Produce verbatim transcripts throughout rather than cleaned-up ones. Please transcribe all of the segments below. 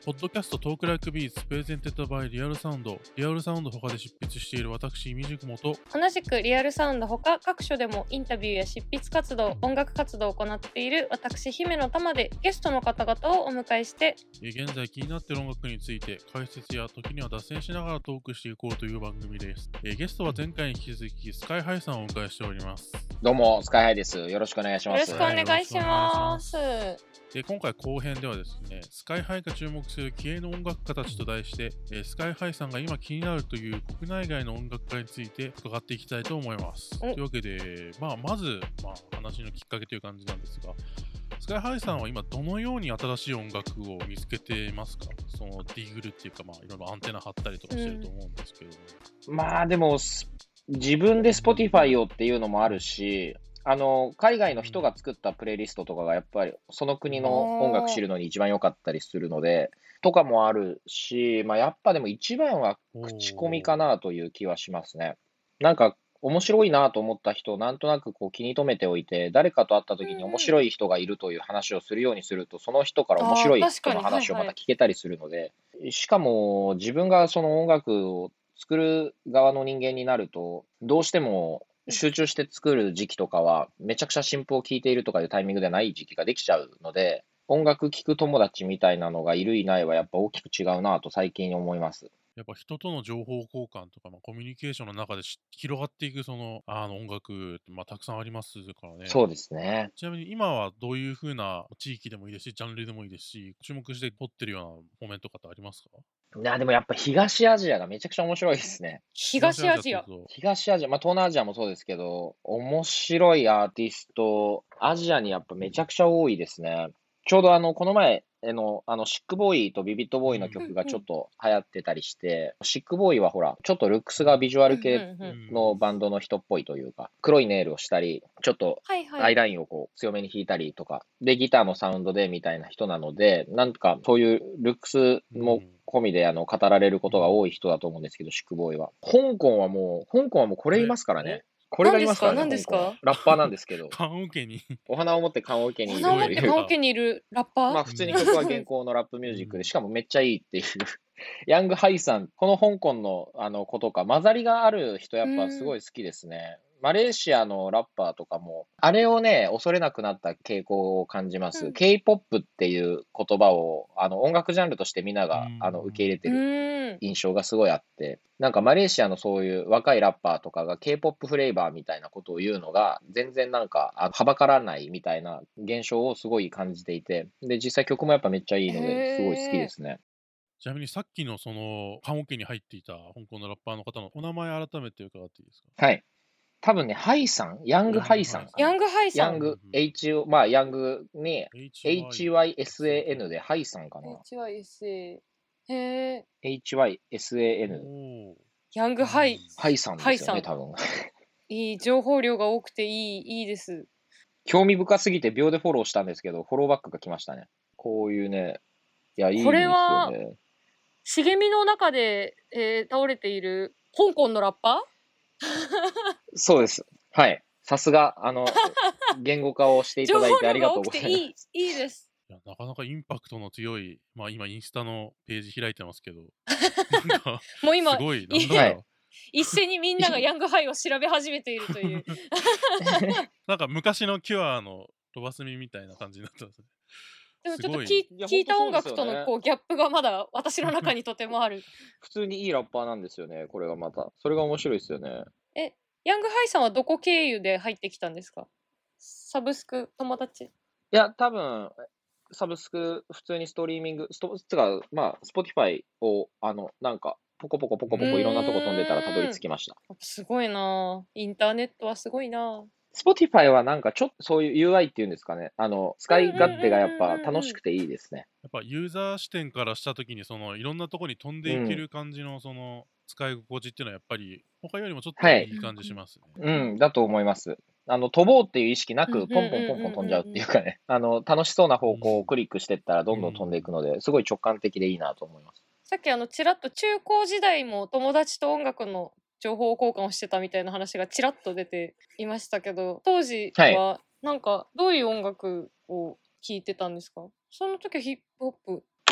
ポッドキャストトークライクビーツプレゼンテッドバイリアルサウンド。リアルサウンド他で執筆している私、みじくもと、 同じくリアルサウンド他各所でもインタビューや執筆活動、音楽活動を行っている私、姫野玉でゲストの方々をお迎えして、 えー現在気になっている音楽について解説や時には脱線しながらトークしていこうという番組です。えーゲストは前回に引き続きスカイハイさんをお迎えしております。 どうも、スカイハイです。よろしくお願いしよろします。 くお願いします。 で今回後編ではですね、スカイハイが注目する気鋭の音楽家たちと題して、えースカイハイさんが今気になるという国内外の音楽家について伺っていきたいと思います。というわけで、まあ、まず、まあ、話のきっかけという感じなんですが、スカイハイさんは今どのように新しい音楽を見つけてますか？そのディグルっていうか、まあ、いろいろアンテナ張ったりとかしてると思うんですけども、 まあでも、す自分で Spotify をっていうのもあるし、あの、海外の人が作ったプレイリストとかがやっぱりその国の音楽知るのに一番良かったりするので、とかもあるし、まあやっぱでも一番は口コミかなという気はしますね。なんか面白いなと思った人をなんとなくこう気に留めておいて、誰かと会った時に面白い人がいるという話をするようにすると、その人から面白い人の話をまた聞けたりするので、しかも自分がその音楽を作る側の人間になると、どうしても集中して作る時期とかは、めちゃくちゃ新譜を聴いているとかいうタイミングではない時期ができちゃうので、音楽聴く友達みたいなのがいるいないはやっぱ大きく違うなと最近思います。 やっぱ人との情報交換とか、まあ、コミュニケーションの中でし広がっていくそのあの音楽って、まあ、たくさんありますからね。 そうですね。 ちなみに今はどういう風な地域でもいいですし、ジャンルでもいいですし、注目して撮ってるようなコメントとかってありますか？ いや、でもやっぱ東アジアがめちゃくちゃ面白いですね。 東アジア。 ってこと東アジア、まあ東南アジアもそうですけど、面白いアーティスト、アジアにやっぱめちゃくちゃ多いですね。ちょうどあの、この前えの、あの、シックボーイとビビットボーイの曲がちょっと流行ってたりして、シックボーイはほら、ちょっとルックスがビジュアル系のバンドの人っぽいというか、黒いネイルをしたり、ちょっとはいはい。 アイラインをこう強めに弾いたりとか、で、ギターのサウンドでみたいな人なので、なんかそういうルックスも込みであの語られることが多い人だと思うんですけど、シックボーイは。香港はもう、香港はもうこれいますからね。これがいますからね。 何ですか？ 香港はラッパーなんですけど。 棺桶にお花を持って棺桶にいる花を持ってという。 棺桶にいるラッパー、 まあ普通に曲は現行のラップミュージックで、しかもめっちゃいいっていう。ヤングハイさん、この香港のあの子とか、混ざりがある人やっぱすごい好きですね。マレーシアのラッパーとかも、あれをね、恐れなくなった傾向を感じます。 うん K-ポップ っていう言葉を、あの音楽ジャンルとしてみんながうんあの受け入れてうるーん。 印象がすごいあって、なんかマレーシアのそういう若いラッパーとかが K-ポップ フレーバーみたいなことを言うのが、全然なんかあのはばからないみたいな現象をすごい感じていて、で、実際曲もやっぱめっちゃいいので、すごい好きですね。 ちなみにさっきのその棺桶に入っていた香港のラッパーの方のお名前改めて伺っていいですか？ はい。多分ね、ハイさん、ヤングハイさんかな。 ヤングハイさん。 ヤング、H、まあ、ヤングに HY エイチワイエスエーエヌ でハイさんかな。 エイチワイエスエー。へえ。 エイチワイエスエーエヌ。 おーヤングハイ。 ハイさんですよね、 ハイさ多分。 いい情報量が多くていい、いいです。 興味深すぎて秒でフォローしたんですけど、フォローバックが来ましたね。こういうね、いや、いいんですこれよはね。 茂みの中で、えー倒れている香港のラッパーそうです。はい。さすが、あの、言語化をしていた情報だいてあり量が多がとうございくています。 い、いいです。 いやなかなかインパクトの強い、まあ今インスタのページ開いてますけど、なんかもう今す、ごい、なんいだろう、 一斉にみんながヤングハイを調べ始めているという。 なんか昔のキュアの飛ばすみみたいな感じになってますね。 でもちょっとすごい聞いいや聞いた音楽本当そうですよねとのこうギャップがまだ私の中にとてもある。 普通にいいラッパーなんですよね、これがまた。それが面白いですよね。 え、ヤングハイさんはどこ経由で入ってきたんですか？サブスク、友達。 いや、多分、サブスク、普通にストリーミング、スト、つか、まあ、Spotify を、あの、なんか、ポコポコポコポコいろんなとこ飛んでたらたどり着きました。 やっぱすごいなぁ。インターネットはすごいなぁ。 Spotify はなんかちょっとそういう ユーアイ っていうんですかね。あの、使い勝手がやっぱ楽しくていいですね。 やっぱユーザー視点からしたときに、そのいろんなとこに飛んでいける感じのその使い心地っていうのはやっぱり他よりもちょっとはいいい感じしますね。 うん、だと思います。あの、飛ぼうっていう意識なく、 うんうんうんうんポンポンポンポン飛んじゃうっていうかね。あの、楽しそうな方向をクリックしてったらどんどん飛んでいくので、すごい直感的でいいなと思います。 さっきあのちらっと中高時代も友達と音楽の情報交換をしてたみたいな話がちらっと出ていましたけど、当時はなんかどういう音楽を聴いてたんですか？その時はヒップホップ。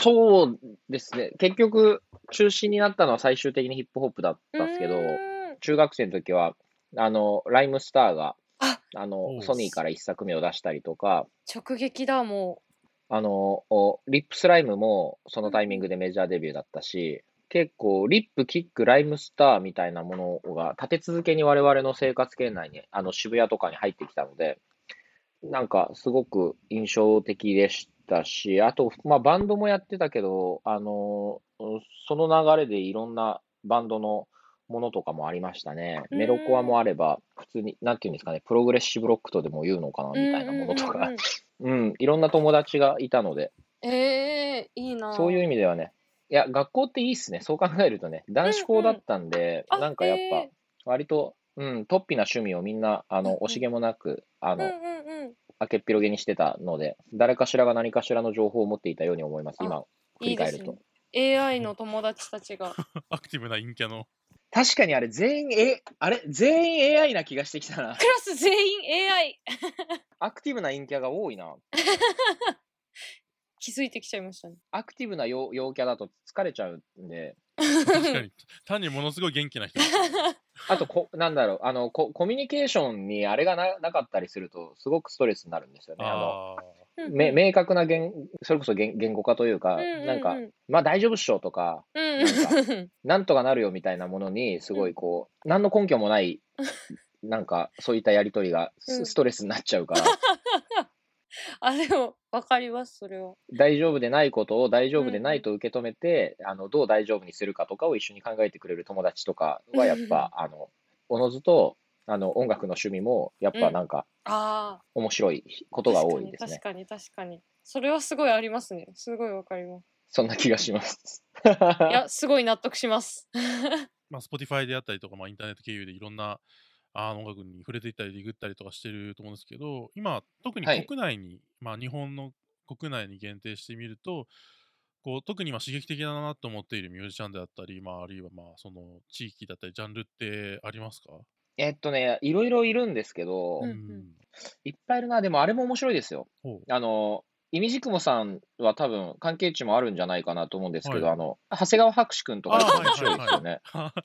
そうですね。結局、中心になったのは最終的にヒップホップだったんですけど、 うーん中学生の時は、あの、ライムスターが、 ああの、 おうソニーから一作目を出したりとか、 直撃だもあの、おリップスライムもそう。 のタイミングでメジャーデビューだったし、結構、リップ、キック、ライムスターみたいなものが立て続けに我々の生活圏内に、あの渋谷とかに入ってきたので、なんかすごく印象的でしたし、あと、まあ、バンドもやってたけど、あの、その流れでいろんなバンドのものとかもありましたね。 うんメロコアもあれば、普通に、なんていうんですかね、プログレッシブロックとでも言うのかなみたいなものとか、 うんうんうんうん、いろんな友達がいたので、 うん。えー、いいな。 そういう意味ではね、いや、学校っていいっすね。そう考えるとね、男子校だったんで、 うんうんなんかやっぱあへ、 割と、うん、トッピな趣味をみんな、あの、 うんうん惜しげもなく、あの、 うんうんうん。 明けっぴろげにしてたので、誰かしらが何かしらの情報を持っていたように思います、 あ今、振いいですねり返ると。。 エーアイ の友達たちが。 アクティブな陰キャの。 確かにあれ、全員、え、あれ、全員 エーアイ な気がしてきたな。 クラス全員 エーアイアクティブな陰キャが多いな。 気づいてきちゃいましたね。 アクティブな陽陽キャだと疲れちゃうんで、 確かに。単にものすごい元気な人。 あとこ、なんだろう、あのコ、コミュニケーションにあれがななかったりすると、すごくストレスになるんですよね。あのああ。 め明確な言、それこそ言言語化というか、 うんうんうんなんか、まあ大丈夫っしょとか、 うんなんうんなんとかなるよみたいなものに、すごいこう、何の根拠もない、なんか、そういったやりとりがうんスストレスになっちゃうから、 あでもわかりますそれは。 大丈夫でないことを大丈夫でないと受け止めて、あの、どう大丈夫にするかとかを一緒に考えてくれる友達とかは、やっぱ、あの、おのずと、あの、音楽の趣味も、やっぱなんか、 ああ面白いことが多いですね。 確かに確かに。それはすごいありますね。すごいわかります。 そんな気がします。 いやすごい納得します。 まあ、Spotify であったりとか、まあ、インターネット経由でいろんなあの音楽に触れていったり、ディグったりとかしてると思うんですけど、今、特にはい国内に、まあ、日本の国内に限定してみると、こう特にまあ刺激的だなと思っているミュージシャンであったり、まあ、あるいはまあその地域だったり、ジャンルってありますか？ えっとね、いろいろいるんですけど、 うんうんいっぱいいるな。でもあれも面白いですよ。 ほうあの、イミジクモさんは多分関係値もあるんじゃないかなと思うんですけど、 はいあの、長谷川博士くんとかあー面白いですよね。 はい。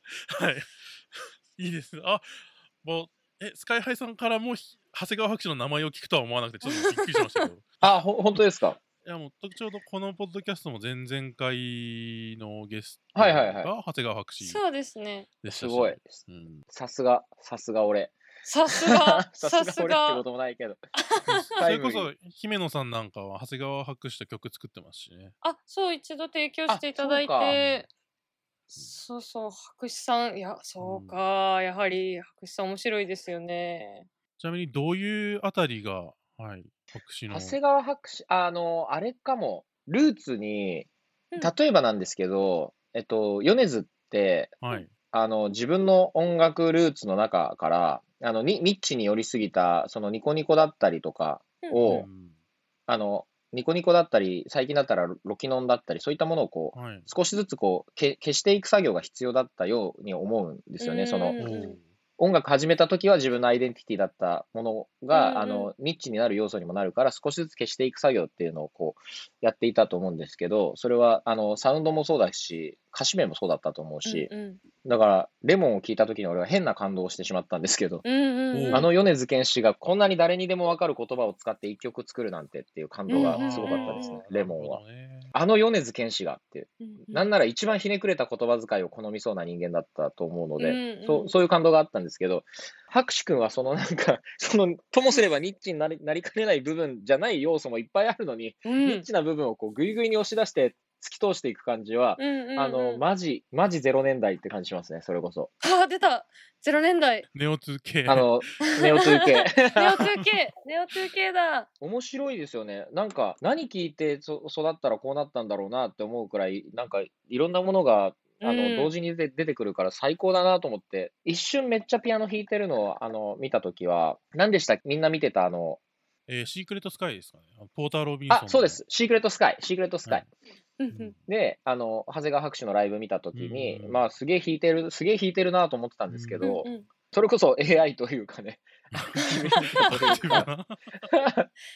はい。いいですね。あ、もう、え、スカイハイさんからもひ長谷川博士の名前を聞くとは思わなくて、ちょっとびっくりしましたけど。いあ、ほ、本当ですか。 や、もう、とちょうどこのポッドキャストも前々回のゲストはいはいはいが長谷川博士そうですね。 でしたし。 すごい。 うん。 さすが、さすが俺。 さすがささすすが俺ってこが。 ともないけど。 そタイムリーれこそ、姫野さんなんかは長谷川博士と曲作ってますしね。 あそう一度提供していただいて。そうそう博士さんいやそうか、やはり博士さん面白いですよね。 ちなみにどういうあたりが、はい、博士の。 長谷川博士、あの、あれかも、ルーツに、 うん例えばなんですけど、えっと、米津って、 はい。 あの、自分の音楽ルーツの中から、あの、にニッチに寄りすぎた、そのニコニコだったりとかを、 うんあの、ニコニコだったり、最近だったらロキノンだったり、そういったものをこう、 はい。 少しずつこう、け消していく作業が必要だったように思うんですよね。そのうん、 おー音楽始めた時は自分のアイデンティティだったものが、 うんうんあの、ニッチになる要素にもなるから、少しずつ消していく作業っていうのをこう、やっていたと思うんですけど、それは、あの、サウンドもそうだし、歌詞名もそうだったと思うし、 うんうんだから、レモンを聞いた時に俺は変な感動をしてしまったんですけど、 うんうんうんあの米津玄師がこんなに誰にでもわかる言葉を使って一曲作るなんてっていう感動がすごかったですね、レモンは。。あの米津玄師がっていう。 うんうんなんなら一番ひねくれた言葉遣いを好みそうな人間だったと思うので、 うんうんそうそういう感動があったんですけど、博士君はそのなんか、その、ともすればニッチになりなりかねない部分じゃない要素もいっぱいあるのに、 うんニッチな部分をこうグイグイに押し出して突き通していく感じは、 うんうんうんあの、マジ、マジゼロねんだいって感じしますね、それこそ。 あー出たゼロねんだいネオ ツーケー。 あの、ネオ ツーケー。 ネオ ツーケー ネオ ツーケー だ面白いですよね。なんか、何聞いてそ育ったらこうなったんだろうなって思うくらい、なんか、いろんなものが、あの、 うん同時にで出てくるから最高だなと思って、一瞬めっちゃピアノ弾いてるのを、あの、見たときは、何でしたっけみんな見てた、あの、 えーシークレットスカイですかね。あのポーター・ロビンソンの。 あ、そうです。シークレットスカイ。シークレットスカイ。 うんうんで、あの、長谷川博士のライブ見たときに、 うんまあ、すげえ弾いてる、すげえ弾いてるなと思ってたんですけど、 うんうんそれこそ エーアイ というかね、アクティブなというか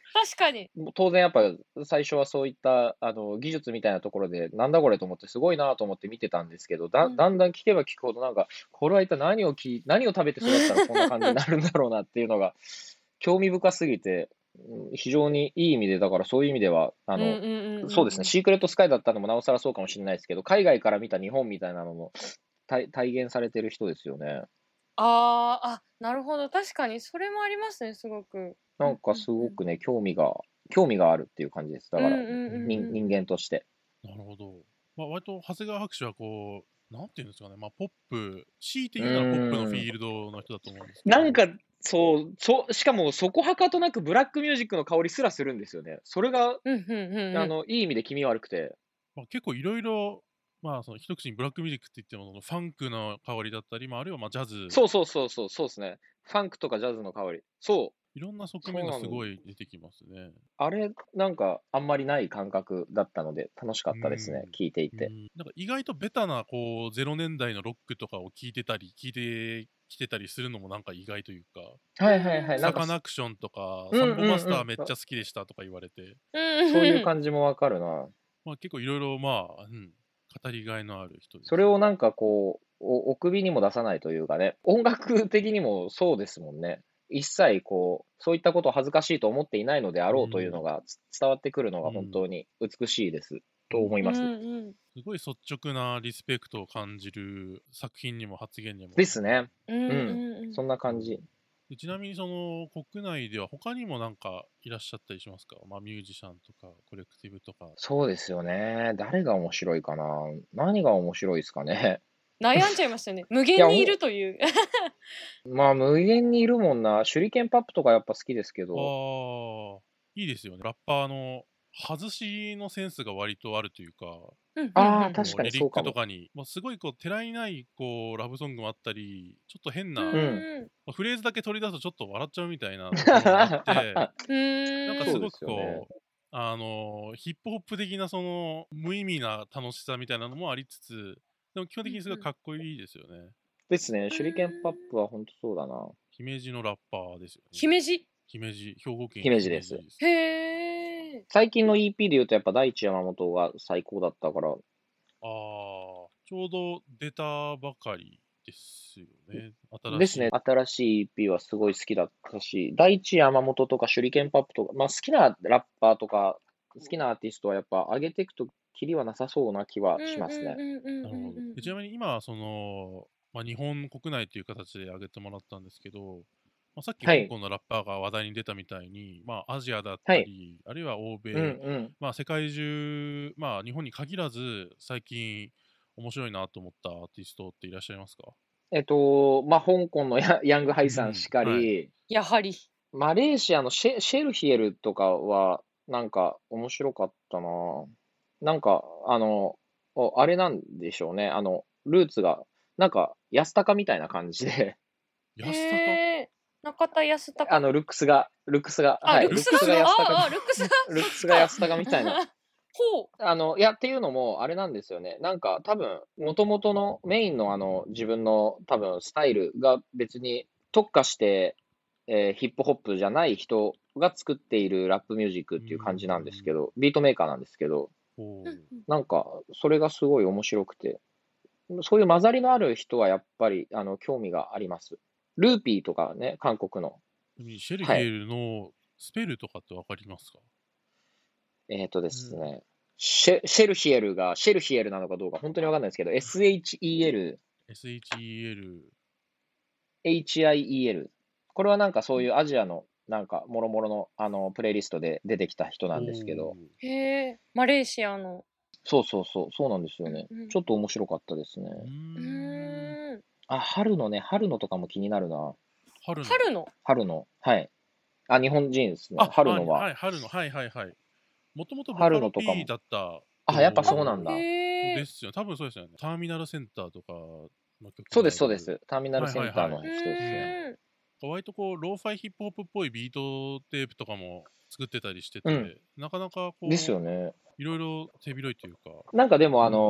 確かに。 当然やっぱ最初はそういったあの技術みたいなところで、なんだこれと思ってすごいなと思って見てたんですけど、だうんだんだん聞けば聞くほどなんか、これは一体何をき何を食べて育ったらこんな感じになるんだろうなっていうのが興味深すぎて、うん非常にいい意味で、だからそういう意味では、あの、 うんうんうんうんそうですね、シークレットスカイだったのもなおさらそうかもしれないですけど、海外から見た日本みたいなのも体体現されてる人ですよね。 あーあ、なるほど。確かに、それもありますね、すごく。 なんかすごくね、興味が、興味があるっていう感じです。だから、 うんうんうんうん人人間として。 なるほど。まあ、割と長谷川博士はこう、なんていうんですかね、まあ、ポップ、強いてう言うならポップのフーん。 ィールドの人だと思うんですけど、 なんか、そう、そう、しかもそこはかとなくブラックミュージックの香りすらするんですよね。それが、 うんうんうんうん。 あの、いい意味で気味悪くて。 まあ、結構いろいろ、まあ、その一口にブラックミュージックって言っても、そのファンクの香りだったり、まあ、あるいはまあジャズ、 そうそうそうそう、そうですね。ファンクとかジャズの香り。そう。 いろんな側そうなの。 面がすごい出てきますね。 あれ、なんか、あんまりない感覚だったので、楽しかったですね、聞いていて。 うん、なんか意外とベタなこうゼロねんだいのロックとかを聞いてたり、聞いてきてたりするのもなんか意外というか、 はいはいはい。なんか、 サカナクションとか、 うんうんサンボマスターうん。 めっちゃ好きでしたとか言われて、 うんそういうじ。 感じもわかるな。 まあ、結構いろいろまあ、うん、語りがいのある人です。 それをなんかこう、お、お首にも出さないというかね、音楽的にもそうですもんね。一切こう、そういったことを恥ずかしいと思っていないのであろうというのがつ伝わってくるのが本当に美しいです。と思いうんます。 うんすごい率直なリスペクトを感じる作品にも発言にも。 ですね。 うんう。 うんんそんな感じ。 でちなみにその国内では他にもなんかいらっしゃったりしますか？まあミュージシャンとかコレクティブとか。 そうですよね。誰が面白いかな。何が面白いですかね。 悩んじゃいましたね。無いや、 限にいおるという。 まあ無限にいるもんな。手裏剣パップとかやっぱ好きですけど。 ああ、いいですよね。ラッパーの外しのセンスが割とあるというか、 うんうんああ、 うん確かにリリッそうかも。 クとかに、もうすごいこう、てらいないこうラブソングもあったり、ちょっと変な、 うんうん。 まあフレーズだけ取り出すとちょっと笑っちゃうみたいなところもあって、 うーん。 なんかすごくそうですよね。 こう、あのヒップホップ的なその無意味な楽しさみたいなのもありつつ、でも基本的にすごいかっこいいですよね。 ですね。手裏剣パップは本当そうだな。 姫路のラッパーですよね。 姫路。 姫路、兵庫県姫路ですへえ。 最近の イーピー で言うとやっぱ大地山本が最高だったから。 ああ、ちょうど出たばかりですよね。新しい。 ですね。新しい イーピー はすごい好きだったし、大地山本とか手裏剣パップとか、まあ好きなラッパーとか、好きなアーティストはやっぱ上げていくとキリはなさそうな気はしますね。 うんうんうんなるほど。 うんうんでちなみに今、その、まあ、日本国内という形で挙げてもらったんですけど、まあ、さっきはい香港のラッパーが話題に出たみたいに、まあ、アジアだったり、あるいは欧米、 うんうん。 まあ、世界中、まあ、日本に限らず、最近面白いなと思ったアーティストっていらっしゃいますか？ えっと、まあ香港のヤヤングハイさんしかり、 うんはやはり。 マレーシアのシェ、シェルヒエルとかは、なんか面白かったな。なんか、あの、おあれなんでしょうね。あの、ルーツが、なんか、安高みたいな感じで、 安高。 へえ。中田康隆。 あの、ルックスが、ルックスが、 あ、 はい、 ルックスが、 安ああ、 高、 ルックスが。 ルックスが安高みたいな。 ほう。 あの、いや、っていうのも、あれなんですよね。なんか、多分、元々のメインのあの、自分の多分、スタイルが別に特化して、えーヒップホップじゃない人が作っているラップミュージックっていう感じなんですけど、ビートメーカーなんですけど、 ほうなんか、それがすごい面白くて、そういう混ざりのある人はやっぱり、あの、興味があります。ルーピーとかね、韓国の。 ちなみにシェルヒエルのスペルとかってわかりますか？ えっとですね、シェ、シェルヒエルが、シェルヒエルなのかどうか本当にわかんないですけど、エスエイチイーエル、 エスエイチイーエル。 エイチアイイーエル。これはなんかそういうアジアの、なんか、もろもろの、あの、プレイリストで出てきた人なんですけど、 へえ。マレーシアの。 そうそうそう、そうなんですよねうんうん。 ちょっと面白かったですね。 うー。 うんーん。 あ、春のね、春のとかも気になるな。 春の。 春の。 春の、はい。あ、日本人ですね。 あ、 春のは。 はい、春の、はいはいはい。もともとボカロ春のとかも P だったあ、やっぱそうなんだ。 へえ。 ですよ。多分そうですよね。ターミナルセンターとかの曲。 そうです、そうで。す。ターミナルセンターのは人ですね。 うん割とこう、ローファイヒップホップっぽいビートテープとかも作ってたりしてて、 うんなかなかこう、 ですよね。 いろいろ手広いというか。 なんかでもあの、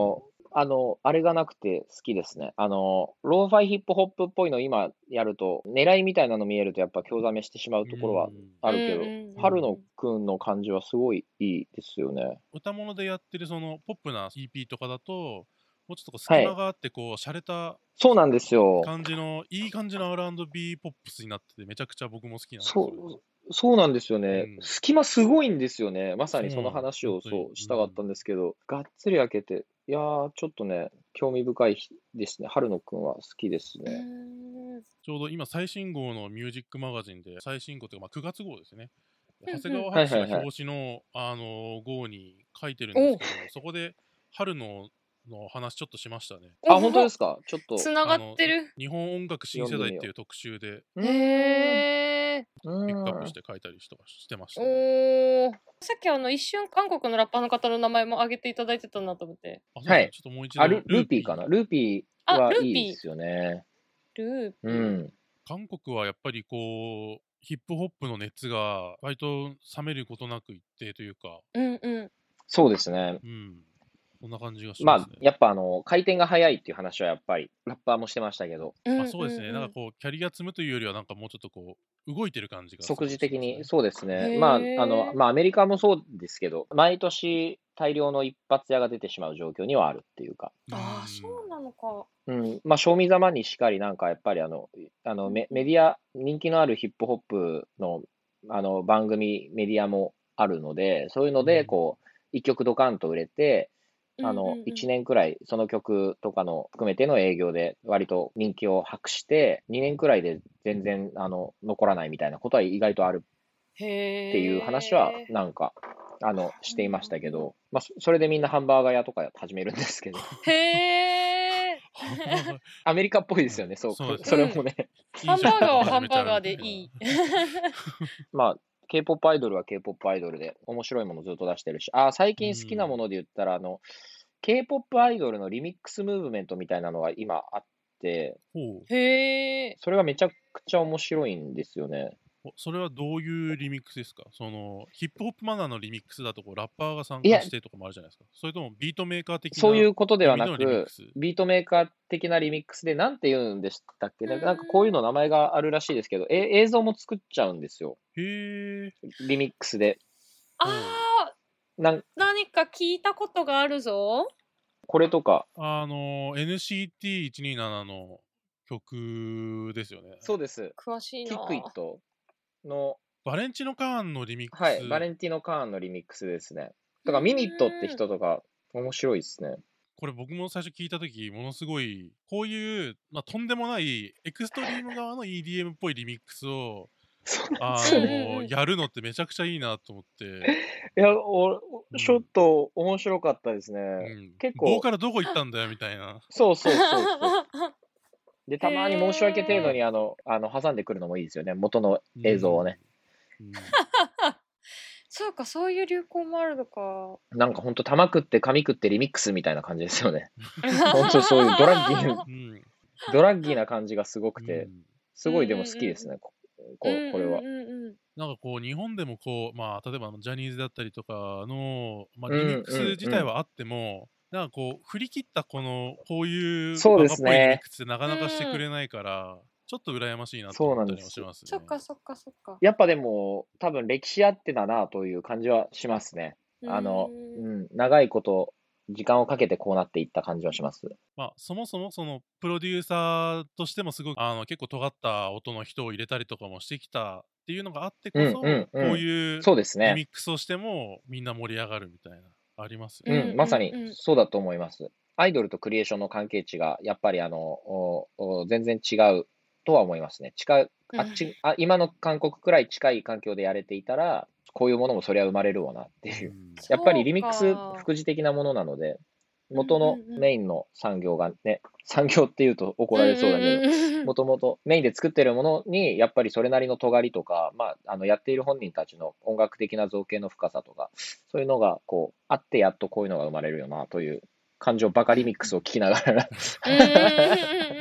あの、あれがなくて好きですね。あの、ローファイヒップホップっぽいの今やると、狙いみたいなの見えるとやっぱ興ざめしてしまうところはあるけど、 うんうんうん春野くんの感じはすごいいいですよね。 歌物でやってるそのポップな イーピー とかだと、もうちょっとこう隙はい。 間があってこう洒落たそうなんですよ。 感じのいい感じの アールアンドビー ポップスになっててめちゃくちゃ僕も好きなんですそよ。 う、そうなんですよね。 うん隙間すごいんですよね。まさにそのそう話を本当にそうしたかったんですけど、がっつり開けて、いやー、ちょっとね、興味深いですね。春野くんは好きですうね。 ーんちょうど今最新号のミュージックマガジンで最新号というかまあくがつ号ですね。 うんうん長谷川博士がはいはいはい。 表紙の、あの号に書いてるんですけど、そこで春野の話ちょっとしましたね。 あ、本当でおすか。ちょっとつながあのってる。 日本音楽新世代っていう特集でうーん。 へえ。 うピックアッーん。 プして書いたりとかしてましたね。 おーさっきあの一瞬韓国のラッパーの方の名前も挙げていただいてたなと思って。 あ、そうですね。 はい。 ちょっともう一度あ、ルルルーピーーピーかな。ルーピーあ、 はいいルーピー。 ですよね。 ルーピー。 うん。 韓国はやっぱりこうヒップホップの熱が割と冷めることなく一定というか、 うんうん。 そうですね。 うん、そんな感じがしままあ、 すね。 やっぱあの、回転が速いっていう話はやっぱり、ラッパーもしてましたけど、 うんあ、そうですね。 うんうんなんかこうキャリア積むというよりはなんかもうちょっとこう動いてる感じがすご即いしますね。 時的に、そうですね。 へまあ、あーの、まあ、アメリカもそうですけど、毎年大量の一発屋が出てしまう状況にはあるっていうか、 ああ、そうなのか。 うん、まあ、賞味ざまにしかり、なんかやっぱりあの、あのメメディア、人気のあるヒップホップの、あの、番組、メディアもあるので、そういうので、 うんこう、一曲ドカンと売れて、あのうんうんうん、 いちねんくらい、その曲とかの含めての営業で割と人気を博して、にねんくらいで全然、あの、残らないみたいなことは意外とあるへえ。 っていう話は、なんか、あの、していましたけど、まあ、そそれでみんなハンバーガー屋とか始めるんですけど、 へえ。 アメリカっぽいですよね、そう、 そうですねそれもね。 ハンバーガーはハンバーガーでいい。 まあ、K-ポップ アイドルは K-ポップ アイドルで面白いものずっと出してるし、あ、最近好きなもので言ったら、あの、K-ポップ アイドルのリミックスムーブメントみたいなのが今あって、 ほうへえ。 それがめちゃくちゃ面白いんですよね。 おそれはどういうリミックスですか？そのヒップホップマナーのリミックスだとこうラッパーが参いや加してとかもあるじゃないですか。それともビートメーカー的なそういうことではな意味のリミッくクス、 ビートメーカー的なリミックスで、なんて言うんでしたっけね、 うんなんかこういうの名前があるらしいですけど、え映像も作っちゃうんですよ。 へえ。 リミックスで。 ああ、 なん何か聞いたことがあるぞ。 これとか、 あの エヌシーティーいちにーなな の曲ですよね。 そうです。 詳しいな。 キックイットの、 バレンチノカーンのリミックス。 はい、バレンティノ・カーンのリミックスですね。だからミニットって人とか面白いですね。 これ僕も最初聞いたとき、ものすごい、こういう、まあ、とんでもないエクストリーム側の イーディーエム っぽいリミックスを、 そうなんあですよね。 うんうんうんのやるのってめちゃくちゃいいなと思って、 いや、おうんちょっと面白かったですね。 うん、 結構、 ボーカルどこ行ったんだよみたいな。 そうそうそうそう。で、たまに申し訳程度へにあの、あの挟んでくるのもいいですよね。元の映像をね。 うん。うんそうか、そういう流行もあるのか。 なんかほんと玉食って紙食ってリミックスみたいな感じですよね。ほんとそういうドラッギーな、 うんドラッギーな感じがすごくて、 うんすごいでも好きですね。こここれはうん。うんうんうんなんかこう日本でもこうまあ例えばジャニーズだったりとかの、まあ、 うんリミックス自体はあっても、なんかこう振り切ったこのこういうそうバカっですねぽいリミックスってなかなかしてくれないから、ちょっと羨ましいなと思ったりもしますね。 そっかそっかそっか。 やっぱでも、多分歴史あってだなという感じはしますね。あの、 うーんうん、長いこと、時間をかけてこうなっていった感じはします。 まあ、そもそもそのプロデューサーとしてもすごくあの結構尖った音の人を入れたりとかもしてきたっていうのがあってこそ、 うんうんうんこういうそうですね。 リミックスをしてもみんな盛り上がるみたいなありますよね。 うん、まさにそうだと思います。アイドルとクリエーションの関係値が、やっぱりあの、おお全然違うとは思いますね。近うあっちあ今の韓国くらい近い環境でやれていたら、こういうものもそりゃ生まれるわなっていう。 うんやっぱりリミックスそうか副次的なものなので、元のうんうんうんメインの産業がね、産業っていうと怒られそうだけど、 どもともとメインで作ってるものに、やっぱりそれなりの尖りとか、まあ、あのやっている本人たちの音楽的な造形の深さとか、そういうのがこうあってやっとこういうのが生まれるよなという感情バカリミックスを聞きながら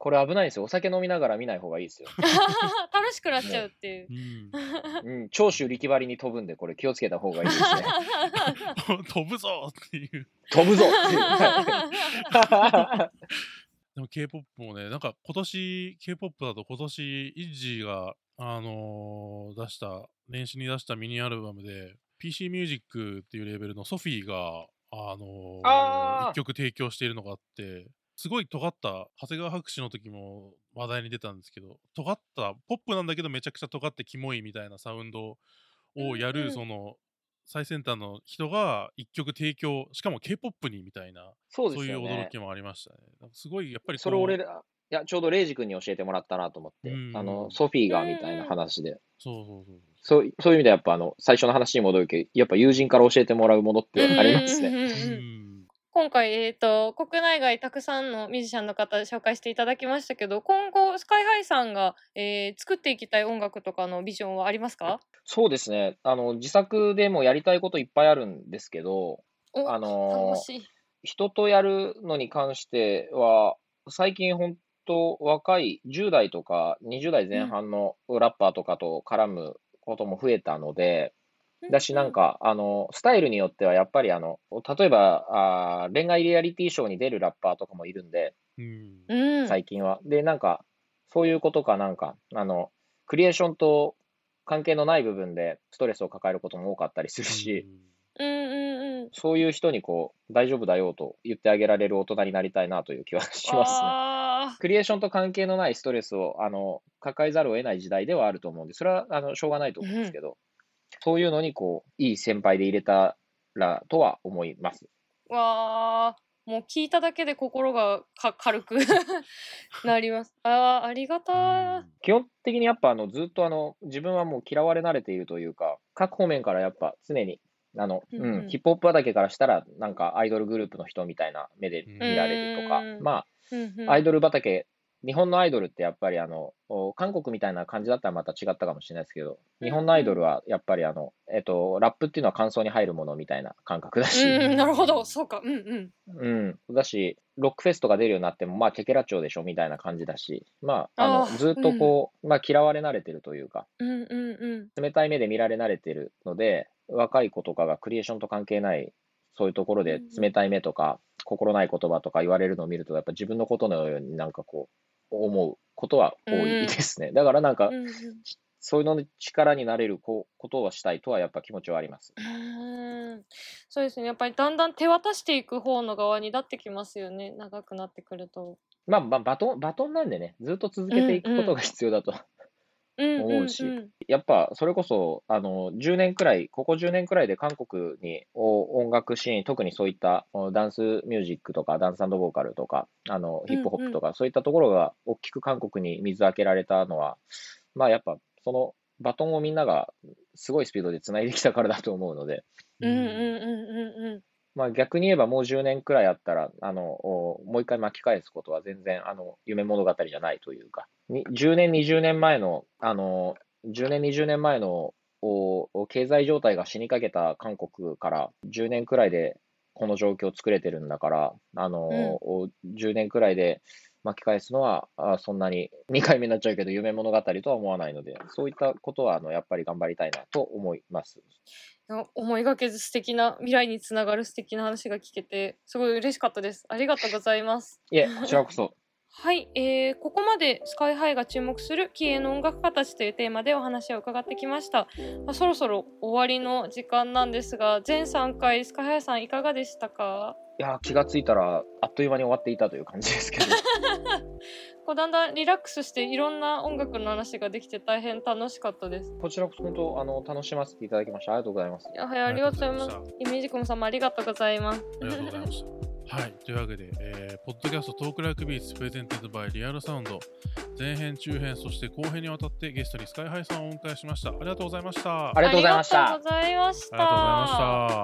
これ危ないですよ。お酒飲みながら見ない方がいいですよ。 楽しくなっちゃうっていう。 うんうん、長州力張りに飛ぶんで、これ気をつけた方がいいですね。 飛ぶぞっていう。 飛ぶぞっていう。はい、 でも K-ポップ もね、なんか今年 K-ポップ だと今年イッジーが、あのー出した年始に出したミニアルバムで ピーシー ミュージックっていうレーベルのソフィーが、あのー、 あー一曲提供しているのがあって、すごい尖った長谷川博士の時も話題に出たんですけど、尖ったポップなんだけどめちゃくちゃ尖ってキモいみたいなサウンドをやる、 うんうんその最先端の人が一曲提供、しかも K-ポップ にみたいな、 そうそういうですよね。 驚きもありましたね。すごいやっぱりこうそれ俺ら、いや、ちょうどレイジ君に教えてもらったなと思って、 うんあの、ソフィーがみたいな話で、 そうそうそうそう、そういう意味でやっぱあの、最初の話に戻るけど、やっぱ友人から教えてもらうものってありますね。 うんうんうんうんうん今回、えーと、国内外たくさんのミュージシャンの方紹介していただきましたけど、今後スカイハイさんが、えー作っていきたい音楽とかのビジョンはありますか？ そうですね。あの、自作でもやりたいこといっぱいあるんですけど、 お、 あのー楽しい。 人とやるのに関しては、最近本当若いじゅう代とかにじゅう代前半のラッパーとかと絡むことも増えたので、だしなんか、あの、スタイルによってはやっぱりあの、例えば、あー恋愛リアリティショーに出るラッパーとかもいるんで、 うんうん、 最近は。で、なんか、そういうことかなんか、あの、クリエーションと関係のない部分でストレスを抱えることも多かったりするし、 うんうんうん。 そういう人にこう、大丈夫だよと言ってあげられる大人になりたいなという気はしますね。 あクリエーションと関係のないストレスをあの抱えざるを得ない時代ではあると思うんで、それはあのしょうがないと思うんですけど、そういうのにこう、いい先輩で入れたらとは思います。 ーわー、もう聞いただけで心がか軽くなります。あー、ありがたい。 基本的にやっぱあのずっとあの自分はもう嫌われ慣れているというか、各方面からやっぱ常にあの、 うんううんん、ヒップホップ畑からしたらなんかアイドルグループの人みたいな目で見られるとかう、んまうんうんあアイドル畑、日本のアイドルってやっぱりあのお韓国みたいな感じだったらまた違ったかもしれないですけど、日本のアイドルはやっぱりあの、えっと、ラップっていうのは感想に入るものみたいな感覚だし、 うん、なるほど、そうか、うんうん。 うん、だし、ロックフェスとか出るようになっても、まあ、ケケラ町でしょみたいな感じだし、まあ、あのあーずっとこう、まあ、嫌われ慣れてるというか、 うんうんうん。 冷たい目で見られ慣れてるので、若い子とかがクリエーションと関係ない、そういうところで冷たい目とか、心ない言葉とか言われるのを見ると、やっぱ自分のことのようになんかこう、思うことは多いですね。だからなんか、 うんうんそういうのに力になれるこことをしたいとはやっぱ気持ちはあります。 うーんそうですね。やっぱりだんだん手渡していく方の側になってきますよね。長くなってくると。 まあ、まあ、バトン、バトンなんでね、ずっと続けていくことが必要だと。 うん思うしんんやっぱそれこそあのじゅうねんくらい、ここじゅうねんくらいで韓国にお音楽シーン、特にそういったおダンスミュージックとかダンス&ボーカルとかあのヒップホップとか、そういったところが大きく韓国に水開けられたのは、まあやっぱそのバトンをみんながすごいスピードでつないできたからだと思うので、 うんうんうんうんうんまあ、逆に言えばもうじゅうねんくらいあったらあのおもう一回巻き返すことは全然あの夢物語じゃないというか、にじゅうねん、にじゅうねんまえのあのじゅうねん、にじゅうねんまえのお経済状態が死にかけた韓国からじゅうねんくらいでこの状況を作れてるんだから、あのおじゅうねんくらいで巻き返すのはあそんなににかいめになっちゃうけど夢物語とは思わないので、そういったことはあのやっぱり頑張りたいなと思います。 いや思いがけず素敵な未来につながる素敵な話が聞けてすごい嬉しかったです。ありがとうございます。 いえ、こちらこそ。 はい、えー、ここまでスカイハイが注目する気鋭の音楽家たちというテーマでお話を伺ってきました。まあ、そろそろ終わりの時間なんですが、全さんかいスカイハイさんいかがでしたか？ いや気がついたらあっという間に終わっていたという感じですけどこうだんだんリラックスしていろんな音楽の話ができて大変楽しかったです。 こちらこそ本当あの楽しませていただきました。ありがとうございます。 いや、はい、ありがとうございます。 ありがとうございイミュージックムさんもありがとうございます。 ありがとうございました。はい、というわけで、えー、ポッドキャストトークライクビーツプレゼンテッドバイリアルサウンド前編中編そして後編にわたってゲストにスカイハイさんをお迎えしました。ありがとうございました。 ありがとうございました。 ありがとうございました。 ありがとうございました。